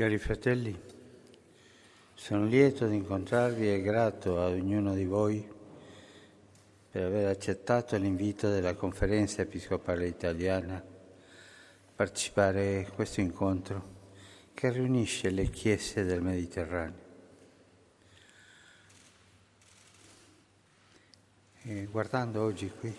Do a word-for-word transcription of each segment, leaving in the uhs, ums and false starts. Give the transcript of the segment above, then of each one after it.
Cari fratelli, sono lieto di incontrarvi e grato a ognuno di voi per aver accettato l'invito della Conferenza Episcopale Italiana a partecipare a questo incontro che riunisce le chiese del Mediterraneo. E guardando oggi qui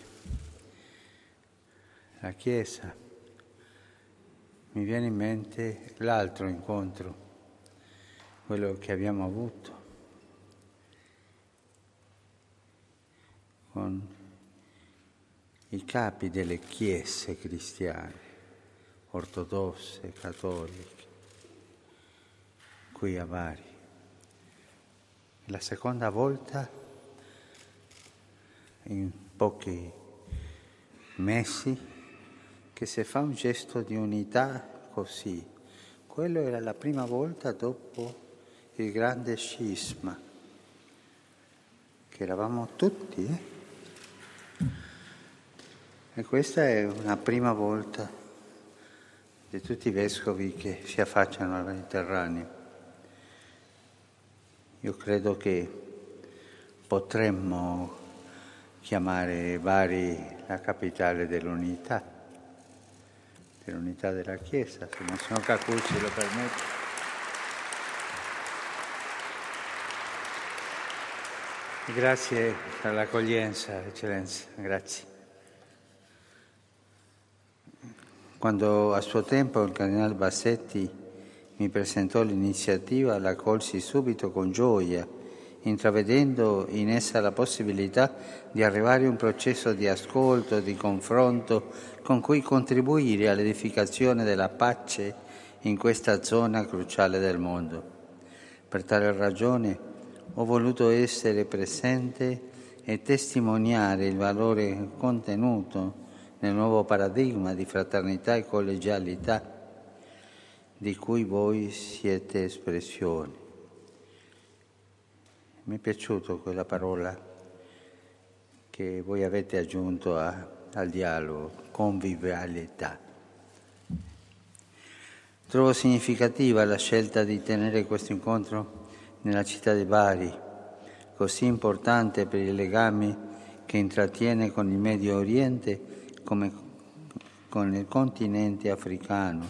la Chiesa, mi viene in mente l'altro incontro, quello che abbiamo avuto con i capi delle chiese cristiane, ortodosse, cattoliche, qui a Bari. La seconda volta, in pochi mesi, che si fa un gesto di unità così. Quello era la prima volta dopo il grande scisma, che eravamo tutti, eh? E questa è una prima volta di tutti i vescovi che si affacciano al Mediterraneo. Io credo che potremmo chiamare Bari la capitale dell'unità, dell'unità della Chiesa, se Monsignor Cacucci lo permette. Grazie per l'accoglienza, Eccellenza, grazie. Quando a suo tempo il Cardinale Bassetti mi presentò l'iniziativa, la colsi subito con gioia, intravedendo in essa la possibilità di arrivare a un processo di ascolto, di confronto, con cui contribuire all'edificazione della pace in questa zona cruciale del mondo. Per tale ragione ho voluto essere presente e testimoniare il valore contenuto nel nuovo paradigma di fraternità e collegialità di cui voi siete espressione. Mi è piaciuta quella parola che voi avete aggiunto a, al dialogo, convivialità. Trovo significativa la scelta di tenere questo incontro nella città di Bari, così importante per i legami che intrattiene con il Medio Oriente come con il continente africano,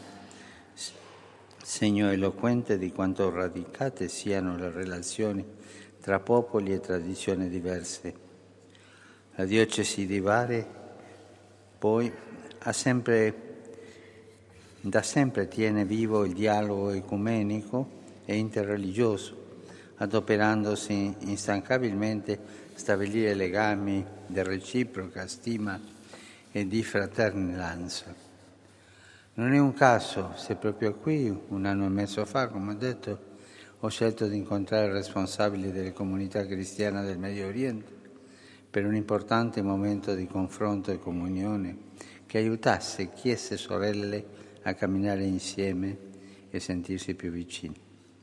segno eloquente di quanto radicate siano le relazioni tra popoli e tradizioni diverse. La diocesi di Bari, poi, ha sempre, da sempre tiene vivo il dialogo ecumenico e interreligioso, adoperandosi instancabilmente a stabilire legami di reciproca stima e di fratellanza. Non è un caso se proprio qui, un anno e mezzo fa, come ho detto, ho scelto di incontrare i responsabili delle comunità cristiane del Medio Oriente per un importante momento di confronto e comunione che aiutasse chiese e sorelle a camminare insieme e sentirsi più vicini.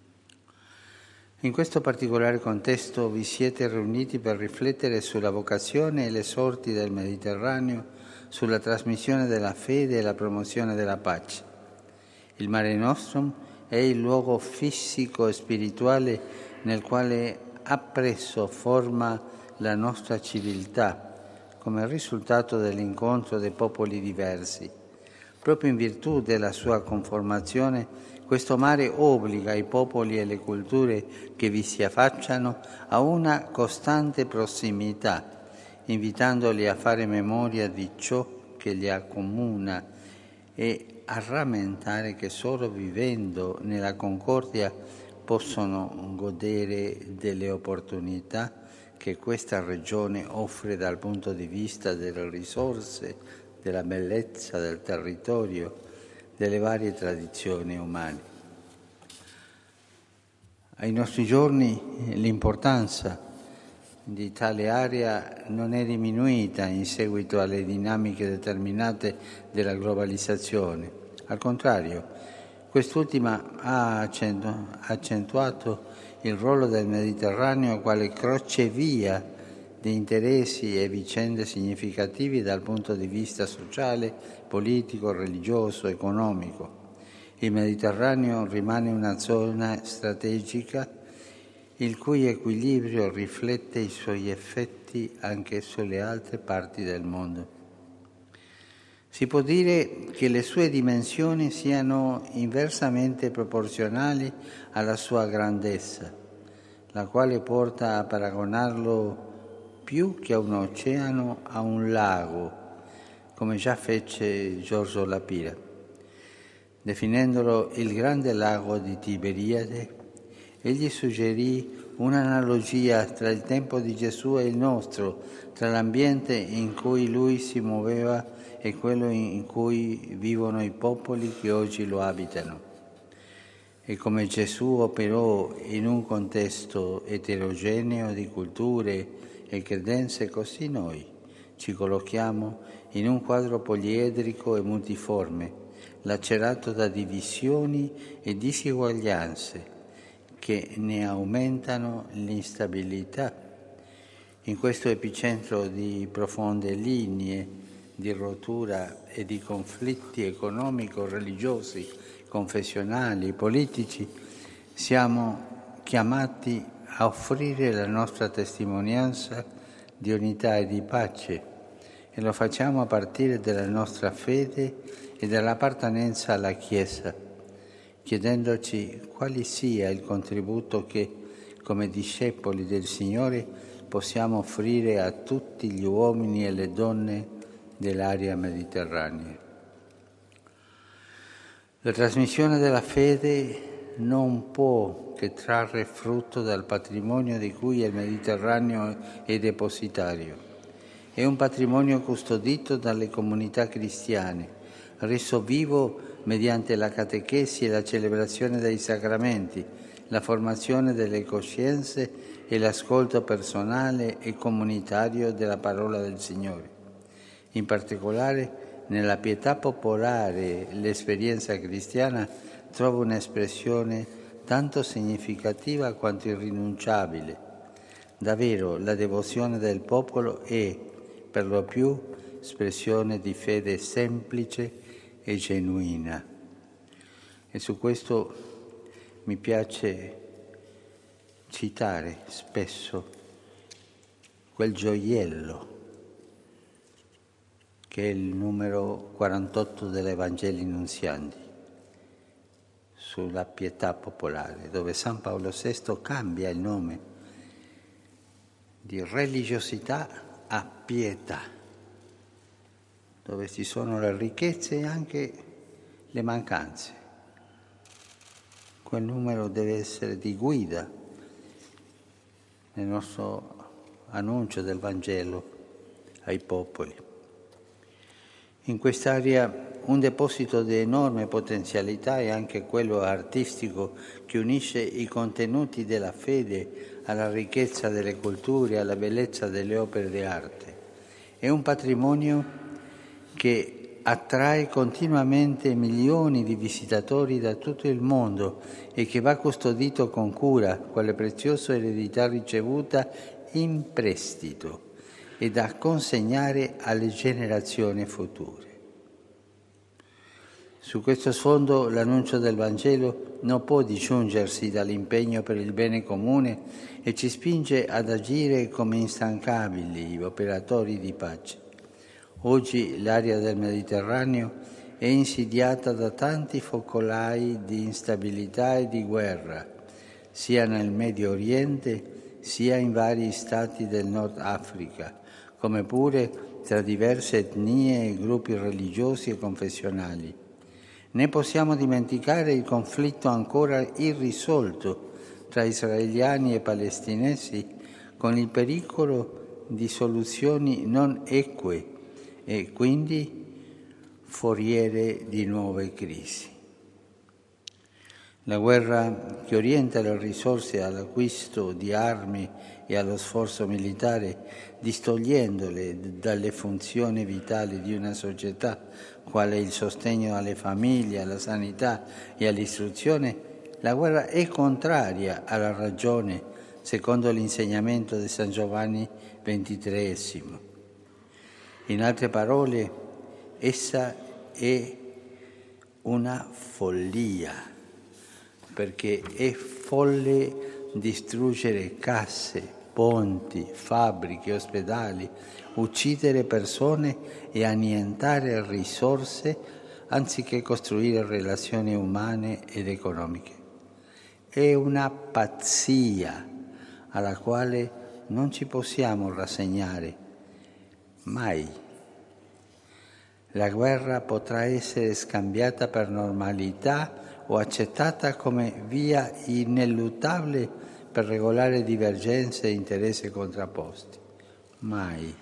In questo particolare contesto vi siete riuniti per riflettere sulla vocazione e le sorti del Mediterraneo, sulla trasmissione della fede e la promozione della pace. Il Mare Nostrum è il luogo fisico e spirituale nel quale ha preso forma la nostra civiltà come risultato dell'incontro dei popoli diversi. Proprio in virtù della sua conformazione, questo mare obbliga i popoli e le culture che vi si affacciano a una costante prossimità, invitandoli a fare memoria di ciò che li accomuna e a rammentare che solo vivendo nella concordia possono godere delle opportunità che questa regione offre dal punto di vista delle risorse, della bellezza del territorio, delle varie tradizioni umane. Ai nostri giorni l'importanza di tale area non è diminuita in seguito alle dinamiche determinate della globalizzazione. Al contrario, quest'ultima ha accentuato il ruolo del Mediterraneo quale crocevia di interessi e vicende significativi dal punto di vista sociale, politico, religioso, economico. Il Mediterraneo rimane una zona strategica il cui equilibrio riflette i suoi effetti anche sulle altre parti del mondo. Si può dire che le sue dimensioni siano inversamente proporzionali alla sua grandezza, la quale porta a paragonarlo più che a un oceano a un lago, come già fece Giorgio La Pira, definendolo il grande lago di Tiberiade. Egli suggerì un'analogia tra il tempo di Gesù e il nostro, tra l'ambiente in cui lui si muoveva e quello in cui vivono i popoli che oggi lo abitano. E come Gesù operò in un contesto eterogeneo di culture e credenze, così noi ci collochiamo in un quadro poliedrico e multiforme, lacerato da divisioni e disuguaglianze che ne aumentano l'instabilità. In questo epicentro di profonde linee di rottura e di conflitti economico-religiosi, confessionali, politici, siamo chiamati a offrire la nostra testimonianza di unità e di pace, e lo facciamo a partire dalla nostra fede e dall'appartenenza alla Chiesa, chiedendoci quale sia il contributo che, come discepoli del Signore, possiamo offrire a tutti gli uomini e le donne dell'area mediterranea. La trasmissione della fede non può che trarre frutto dal patrimonio di cui il Mediterraneo è depositario. È un patrimonio custodito dalle comunità cristiane, reso vivo mediante la catechesi e la celebrazione dei sacramenti, la formazione delle coscienze e l'ascolto personale e comunitario della parola del Signore. In particolare, nella pietà popolare l'esperienza cristiana trova un'espressione tanto significativa quanto irrinunciabile. Davvero, la devozione del popolo è, per lo più, espressione di fede semplice e genuina. E su questo mi piace citare spesso quel gioiello che è il numero quarantotto dell'Evangeli Nunziandi, sulla pietà popolare, dove San Paolo sesto cambia il nome di religiosità a pietà, dove ci sono le ricchezze e anche le mancanze. Quel numero deve essere di guida nel nostro annuncio del Vangelo ai popoli. In quest'area un deposito di enorme potenzialità è anche quello artistico che unisce i contenuti della fede alla ricchezza delle culture, alla bellezza delle opere di arte. È un patrimonio che attrae continuamente milioni di visitatori da tutto il mondo e che va custodito con cura, quale preziosa eredità ricevuta in prestito e da consegnare alle generazioni future. Su questo sfondo l'annuncio del Vangelo non può disgiungersi dall'impegno per il bene comune e ci spinge ad agire come instancabili operatori di pace. Oggi l'area del Mediterraneo è insidiata da tanti focolai di instabilità e di guerra, sia nel Medio Oriente sia in vari stati del Nord Africa, come pure tra diverse etnie e gruppi religiosi e confessionali. Ne possiamo dimenticare il conflitto ancora irrisolto tra israeliani e palestinesi, con il pericolo di soluzioni non eque e quindi foriere di nuove crisi. La guerra che orienta le risorse all'acquisto di armi e allo sforzo militare, distogliendole dalle funzioni vitali di una società, quale il sostegno alle famiglie, alla sanità e all'istruzione, la guerra è contraria alla ragione, secondo l'insegnamento di San Giovanni ventitreesimo. In altre parole, essa è una follia, perché è folle distruggere case, ponti, fabbriche, ospedali, uccidere persone e annientare risorse anziché costruire relazioni umane ed economiche. È una pazzia alla quale non ci possiamo rassegnare mai. La guerra potrà essere scambiata per normalità o accettata come via ineluttabile per regolare divergenze e interessi contrapposti. Mai.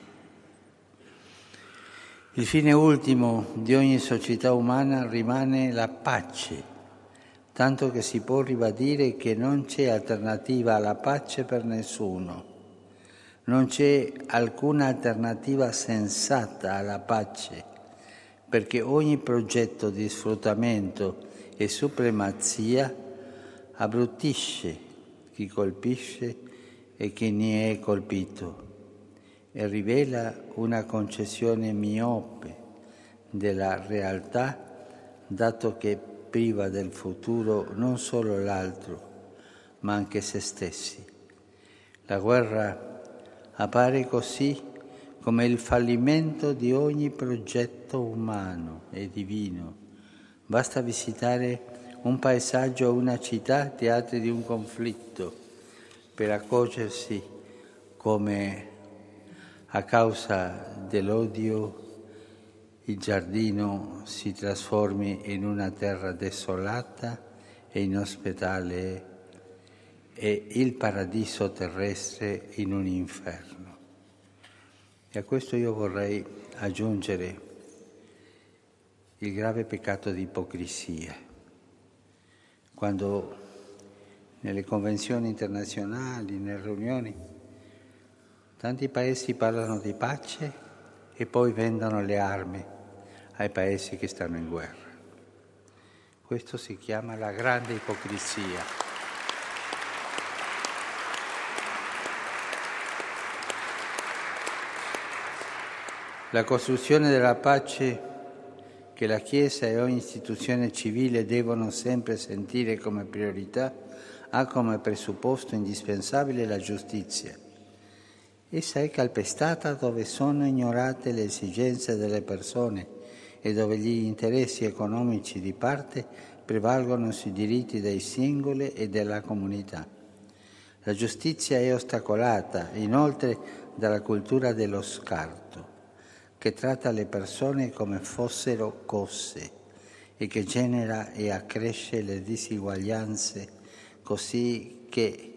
Il fine ultimo di ogni società umana rimane la pace, tanto che si può ribadire che non c'è alternativa alla pace per nessuno. Non c'è alcuna alternativa sensata alla pace, perché ogni progetto di sfruttamento e supremazia abbruttisce chi colpisce e chi ne è colpito e rivela una concezione miope della realtà, dato che priva del futuro non solo l'altro, ma anche se stessi. La guerra appare così come il fallimento di ogni progetto umano e divino. Basta visitare un paesaggio o una città teatri di un conflitto per accorgersi come a causa dell'odio il giardino si trasformi in una terra desolata e inospitale e il paradiso terrestre in un inferno. E a questo io vorrei aggiungere il grave peccato di ipocrisia. Quando nelle convenzioni internazionali, nelle riunioni, tanti paesi parlano di pace e poi vendono le armi ai paesi che stanno in guerra. Questo si chiama la grande ipocrisia. La costruzione della pace che la Chiesa e ogni istituzione civile devono sempre sentire come priorità ha come presupposto indispensabile la giustizia. Essa è calpestata dove sono ignorate le esigenze delle persone e dove gli interessi economici di parte prevalgono sui diritti dei singoli e della comunità. La giustizia è ostacolata, inoltre, dalla cultura dello scarto, che tratta le persone come fossero cose e che genera e accresce le disuguaglianze così che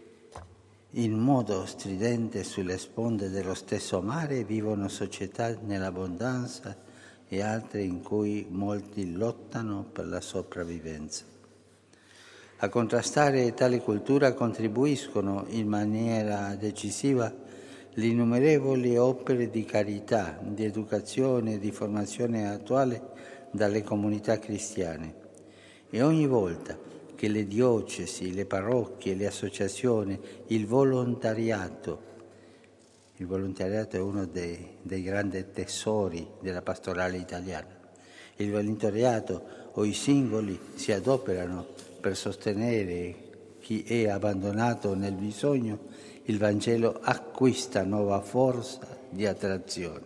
in modo stridente sulle sponde dello stesso mare vivono società nell'abbondanza e altre in cui molti lottano per la sopravvivenza. A contrastare tale cultura contribuiscono in maniera decisiva le innumerevoli opere di carità, di educazione e di formazione attuale dalle comunità cristiane. E ogni volta che le diocesi, le parrocchie, le associazioni, il volontariato, il volontariato è uno dei, dei grandi tesori della pastorale italiana, il volontariato o i singoli si adoperano per sostenere chi è abbandonato nel bisogno, il Vangelo acquista nuova forza di attrazione.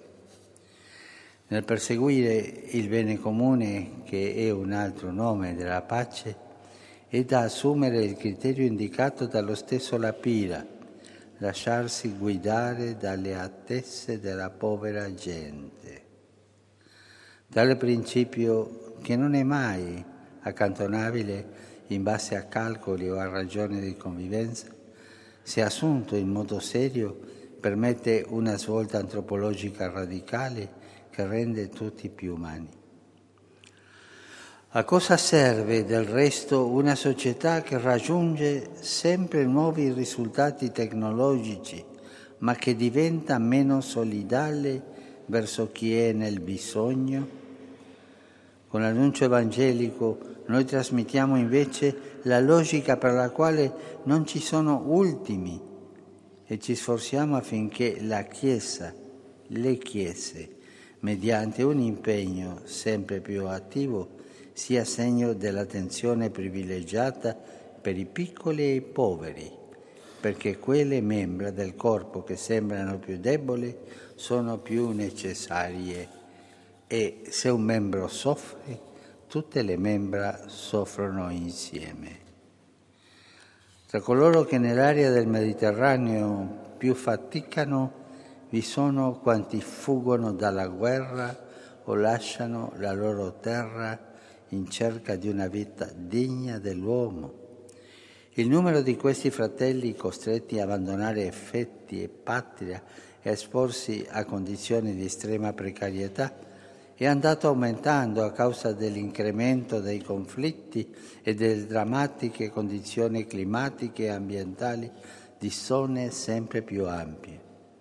Nel perseguire il bene comune, che è un altro nome della pace, è da assumere il criterio indicato dallo stesso Lapira, lasciarsi guidare dalle attese della povera gente. Tale principio, che non è mai accantonabile in base a calcoli o a ragioni di convivenza, se assunto in modo serio, permette una svolta antropologica radicale che rende tutti più umani. A cosa serve del resto una società che raggiunge sempre nuovi risultati tecnologici, ma che diventa meno solidale verso chi è nel bisogno? Con l'annuncio evangelico noi trasmettiamo invece la logica per la quale non ci sono ultimi e ci sforziamo affinché la Chiesa, le Chiese, mediante un impegno sempre più attivo, sia segno dell'attenzione privilegiata per i piccoli e i poveri, perché quelle membra del corpo che sembrano più deboli sono più necessarie e se un membro soffre, tutte le membra soffrono insieme. Tra coloro che nell'area del Mediterraneo più faticano vi sono quanti fuggono dalla guerra o lasciano la loro terra in cerca di una vita degna dell'uomo. Il numero di questi fratelli costretti a abbandonare affetti e patria e a esporsi a condizioni di estrema precarietà è andato aumentando a causa dell'incremento dei conflitti e delle drammatiche condizioni climatiche e ambientali di zone sempre più ampie.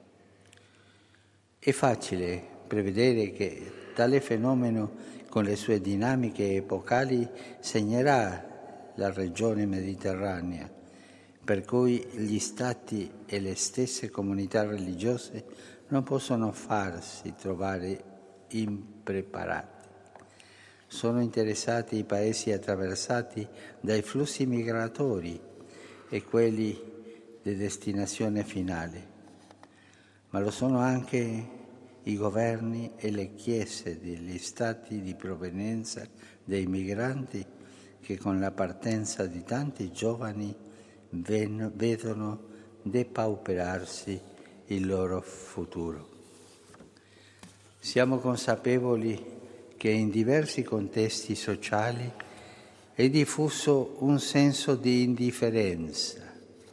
È facile prevedere che tale fenomeno, con le sue dinamiche epocali, segnerà la regione mediterranea, per cui gli Stati e le stesse comunità religiose non possono farsi trovare impreparati. Sono interessati i paesi attraversati dai flussi migratori e quelli di destinazione finale, ma lo sono anche i governi e le chiese degli stati di provenienza dei migranti che con la partenza di tanti giovani ven- vedono depauperarsi il loro futuro. Siamo consapevoli che in diversi contesti sociali è diffuso un senso di indifferenza,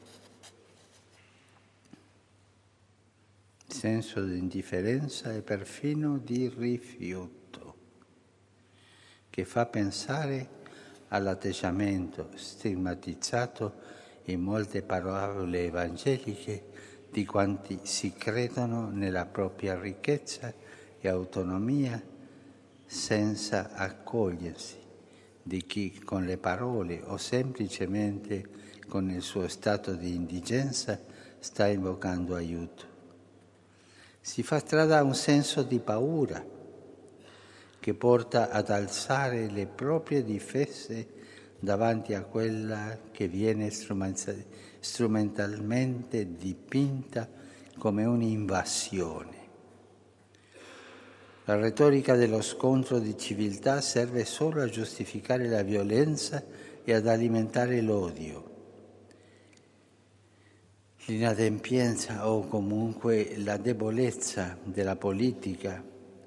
senso di indifferenza e perfino di rifiuto, che fa pensare all'atteggiamento stigmatizzato in molte parole evangeliche di quanti si credono nella propria ricchezza e autonomia senza accogliersi di chi con le parole o semplicemente con il suo stato di indigenza sta invocando aiuto. Si fa strada un senso di paura che porta ad alzare le proprie difese davanti a quella che viene strumentalmente dipinta come un'invasione. La retorica dello scontro di civiltà serve solo a giustificare la violenza e ad alimentare l'odio. L'inadempienza o comunque la debolezza della politica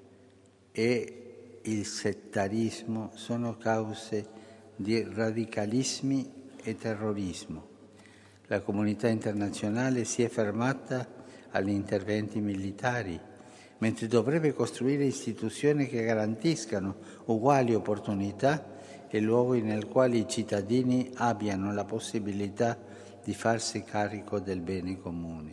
e il settarismo sono cause di radicalismi e terrorismo. La comunità internazionale si è fermata agli interventi militari, mentre dovrebbe costruire istituzioni che garantiscano uguali opportunità e luoghi nel quali i cittadini abbiano la possibilità di farsi carico del bene comune.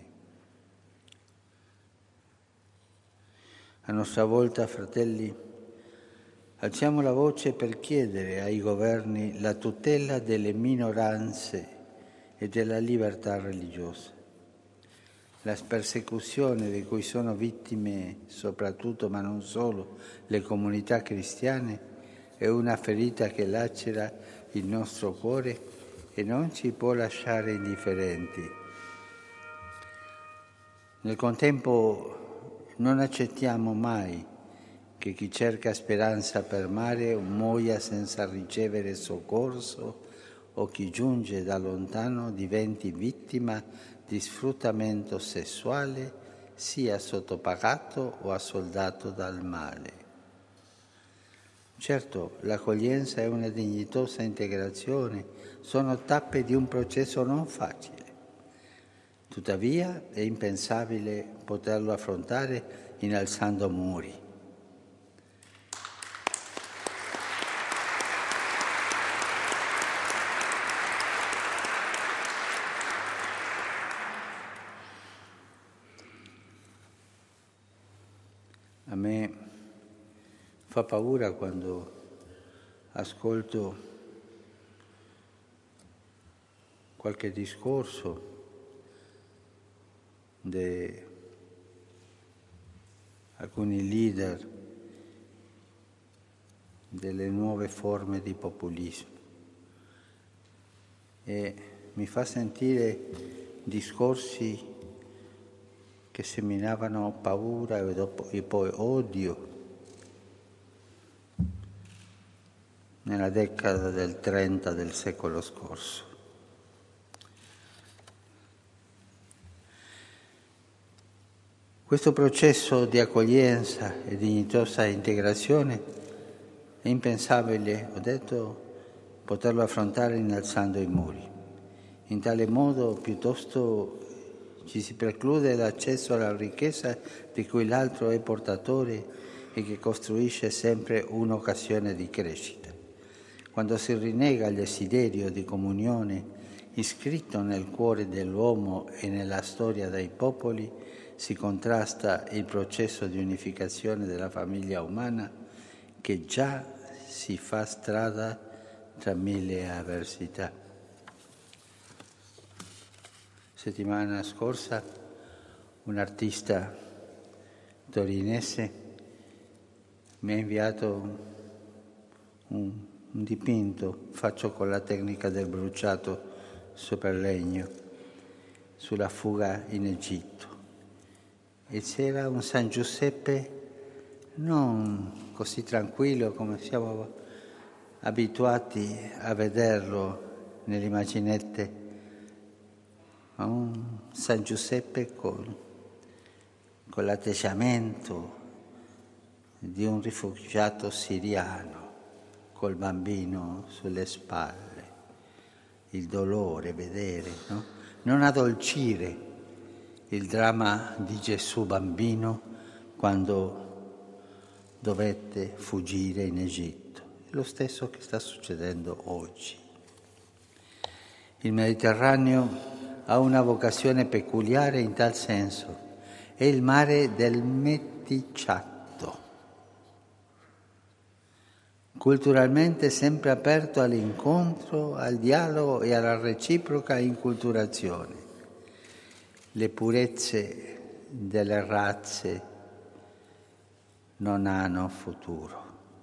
A nostra volta, fratelli, alziamo la voce per chiedere ai governi la tutela delle minoranze e della libertà religiosa. La persecuzione di cui sono vittime soprattutto, ma non solo, le comunità cristiane è una ferita che lacera il nostro cuore e non ci può lasciare indifferenti. Nel contempo non accettiamo mai che chi cerca speranza per mare muoia senza ricevere soccorso o chi giunge da lontano diventi vittima di sfruttamento sessuale, sia sottopagato o assoldato dal male. Certo, l'accoglienza e una dignitosa integrazione sono tappe di un processo non facile. Tuttavia è impensabile poterlo affrontare innalzando muri. A me fa paura quando ascolto qualche discorso di alcuni leader delle nuove forme di populismo e mi fa sentire discorsi che seminavano paura e, dopo, e poi odio nella decada del trenta del secolo scorso. Questo processo di accoglienza e dignitosa integrazione è impensabile, ho detto, poterlo affrontare innalzando i muri. In tale modo, piuttosto, ci si preclude l'accesso alla ricchezza di cui l'altro è portatore e che costruisce sempre un'occasione di crescita. Quando si rinnega il desiderio di comunione iscritto nel cuore dell'uomo e nella storia dei popoli, si contrasta il processo di unificazione della famiglia umana che già si fa strada tra mille avversità. Settimana scorsa un artista torinese mi ha inviato un, un dipinto fatto con la tecnica del bruciato sopra il legno sulla fuga in Egitto. E c'era un San Giuseppe non così tranquillo come siamo abituati a vederlo nelle immaginette, ma un San Giuseppe con, con l'atteggiamento di un rifugiato siriano, col bambino sulle spalle, il dolore, vedere, no? Non addolcire il dramma di Gesù bambino quando dovette fuggire in Egitto. È lo stesso che sta succedendo oggi. Il Mediterraneo ha una vocazione peculiare in tal senso. È il mare del meticciato, culturalmente sempre aperto all'incontro, al dialogo e alla reciproca inculturazione. Le purezze delle razze non hanno futuro.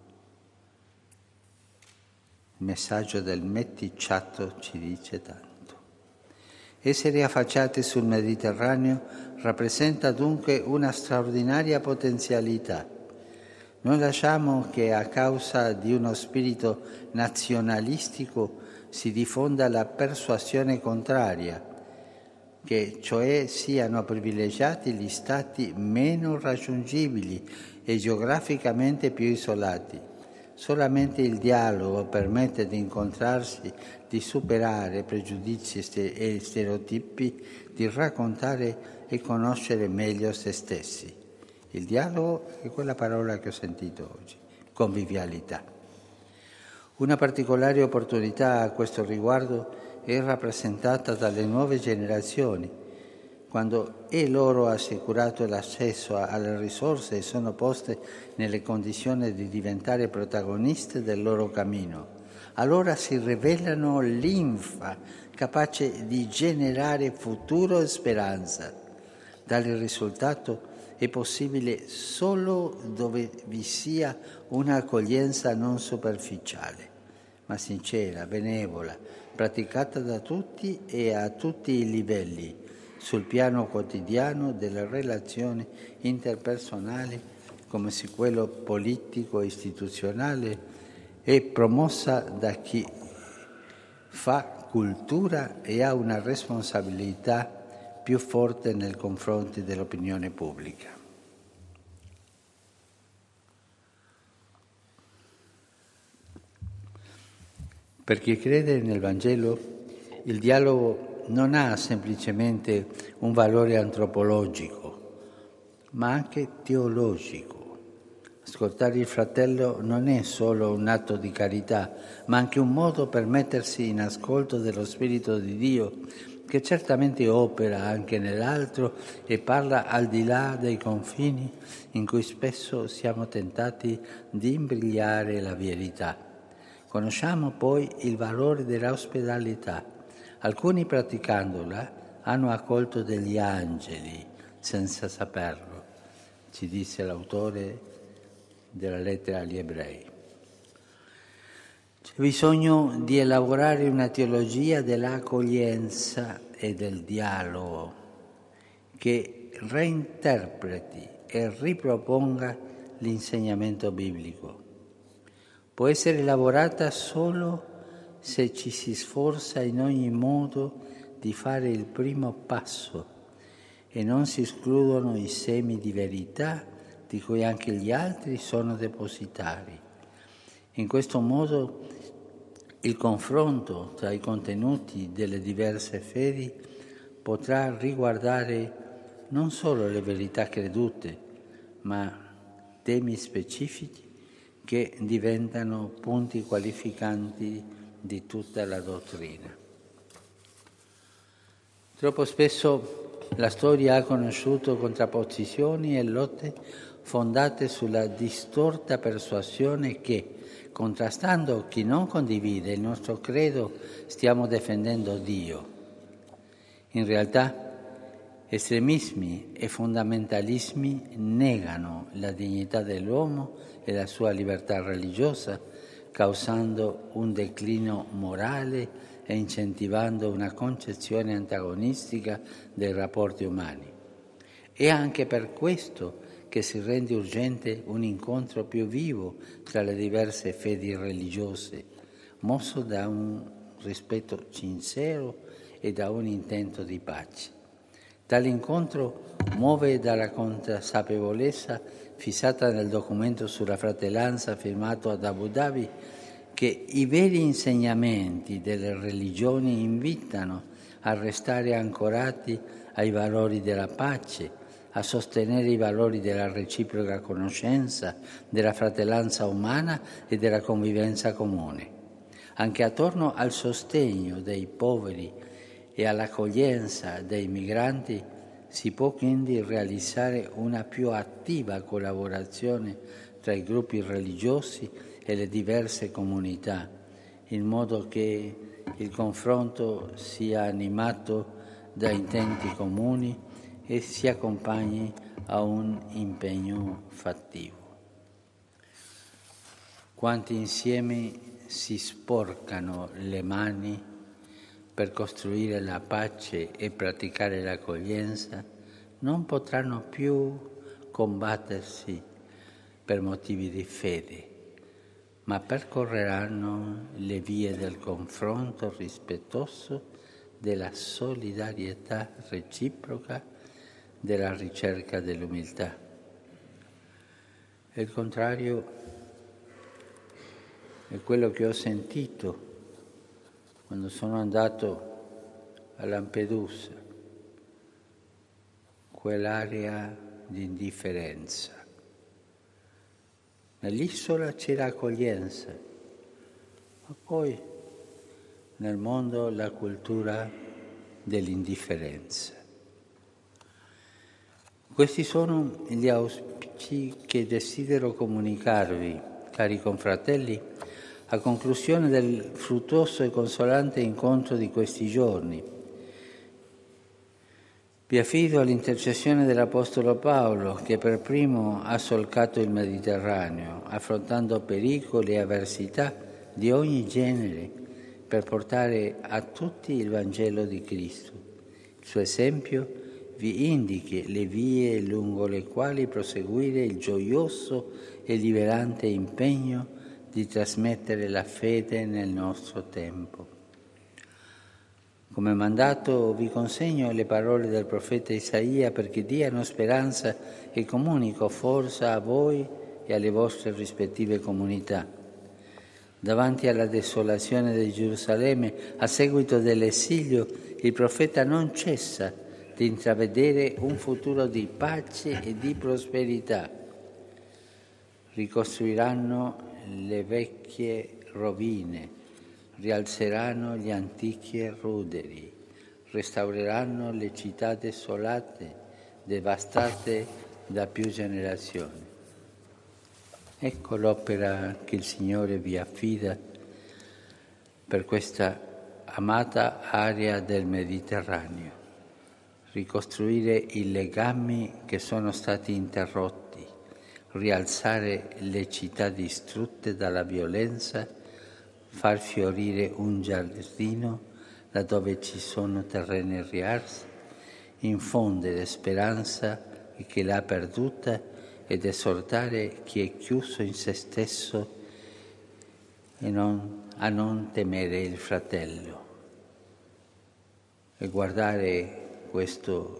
Il messaggio del meticciato ci dice tanto. Essere affacciati sul Mediterraneo rappresenta dunque una straordinaria potenzialità. Non lasciamo che a causa di uno spirito nazionalistico si diffonda la persuasione contraria, che cioè siano privilegiati gli stati meno raggiungibili e geograficamente più isolati. Solamente il dialogo permette di incontrarsi, di superare pregiudizi e stereotipi, di raccontare e conoscere meglio se stessi. Il dialogo è quella parola che ho sentito oggi, convivialità. Una particolare opportunità a questo riguardo è rappresentata dalle nuove generazioni, quando è loro assicurato l'accesso alle risorse e sono poste nelle condizioni di diventare protagoniste del loro cammino. Allora si rivelano linfa capace di generare futuro e speranza. Tale risultato è possibile solo dove vi sia un'accoglienza non superficiale, ma sincera, benevola, praticata da tutti e a tutti i livelli, sul piano quotidiano delle relazioni interpersonali come su quello politico e istituzionale, e promossa da chi fa cultura e ha una responsabilità più forte nei confronti dell'opinione pubblica. Per chi crede nel Vangelo, il dialogo non ha semplicemente un valore antropologico, ma anche teologico. Ascoltare il fratello non è solo un atto di carità, ma anche un modo per mettersi in ascolto dello Spirito di Dio, che certamente opera anche nell'altro e parla al di là dei confini in cui spesso siamo tentati di imbrigliare la verità. Conosciamo poi il valore dell'ospitalità. Alcuni praticandola hanno accolto degli angeli senza saperlo, ci dice l'autore della lettera agli Ebrei. C'è bisogno di elaborare una teologia dell'accoglienza e del dialogo che reinterpreti e riproponga l'insegnamento biblico. Può essere elaborata solo se ci si sforza in ogni modo di fare il primo passo e non si escludono i semi di verità di cui anche gli altri sono depositari. In questo modo il confronto tra i contenuti delle diverse fedi potrà riguardare non solo le verità credute, ma temi specifici che diventano punti qualificanti di tutta la dottrina. Troppo spesso la storia ha conosciuto contrapposizioni e lotte fondate sulla distorta persuasione che, contrastando chi non condivide il nostro credo, stiamo difendendo Dio. In realtà, estremismi e fondamentalismi negano la dignità dell'uomo e la sua libertà religiosa, causando un declino morale e incentivando una concezione antagonistica dei rapporti umani. È anche per questo che si rende urgente un incontro più vivo tra le diverse fedi religiose, mosso da un rispetto sincero e da un intento di pace. Tale incontro muove dalla consapevolezza fissata nel documento sulla fratellanza firmato ad Abu Dhabi che i veri insegnamenti delle religioni invitano a restare ancorati ai valori della pace, a sostenere i valori della reciproca conoscenza, della fratellanza umana e della convivenza comune. Anche attorno al sostegno dei poveri e all'accoglienza dei migranti si può quindi realizzare una più attiva collaborazione tra i gruppi religiosi e le diverse comunità, in modo che il confronto sia animato da intenti comuni e si accompagni a un impegno fattivo. Quanti insieme si sporcano le mani per costruire la pace e praticare l'accoglienza, non potranno più combattersi per motivi di fede, ma percorreranno le vie del confronto rispettoso, della solidarietà reciproca, della ricerca dell'umiltà. Il contrario è quello che ho sentito quando sono andato a Lampedusa, quell'area di indifferenza. Nell'isola c'era accoglienza, ma poi nel mondo la cultura dell'indifferenza. Questi sono gli auspici che desidero comunicarvi, cari confratelli, a conclusione del fruttuoso e consolante incontro di questi giorni. Vi affido all'intercessione dell'Apostolo Paolo, che per primo ha solcato il Mediterraneo, affrontando pericoli e avversità di ogni genere per portare a tutti il Vangelo di Cristo. Il suo esempio vi indichi le vie lungo le quali proseguire il gioioso e liberante impegno di trasmettere la fede nel nostro tempo. Come mandato vi consegno le parole del profeta Isaia perché diano speranza e comunico forza a voi e alle vostre rispettive comunità. Davanti alla desolazione di Gerusalemme, a seguito dell'esilio, il profeta non cessa di intravedere un futuro di pace e di prosperità. Ricostruiranno le vecchie rovine, rialzeranno gli antichi ruderi, restaureranno le città desolate, devastate da più generazioni. Ecco l'opera che il Signore vi affida per questa amata area del Mediterraneo. Ricostruire i legami che sono stati interrotti, rialzare le città distrutte dalla violenza, far fiorire un giardino laddove ci sono terreni riarsi, infondere speranza in chi l'ha perduta ed esortare chi è chiuso in se stesso e non, a non temere il fratello. E guardare questo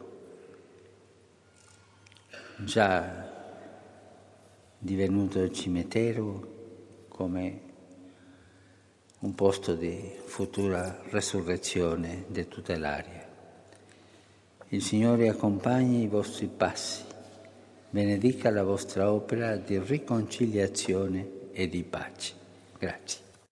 già divenuto cimitero come un posto di futura resurrezione di tutta l'aria. Il Signore accompagni i vostri passi, benedica la vostra opera di riconciliazione e di pace. Grazie.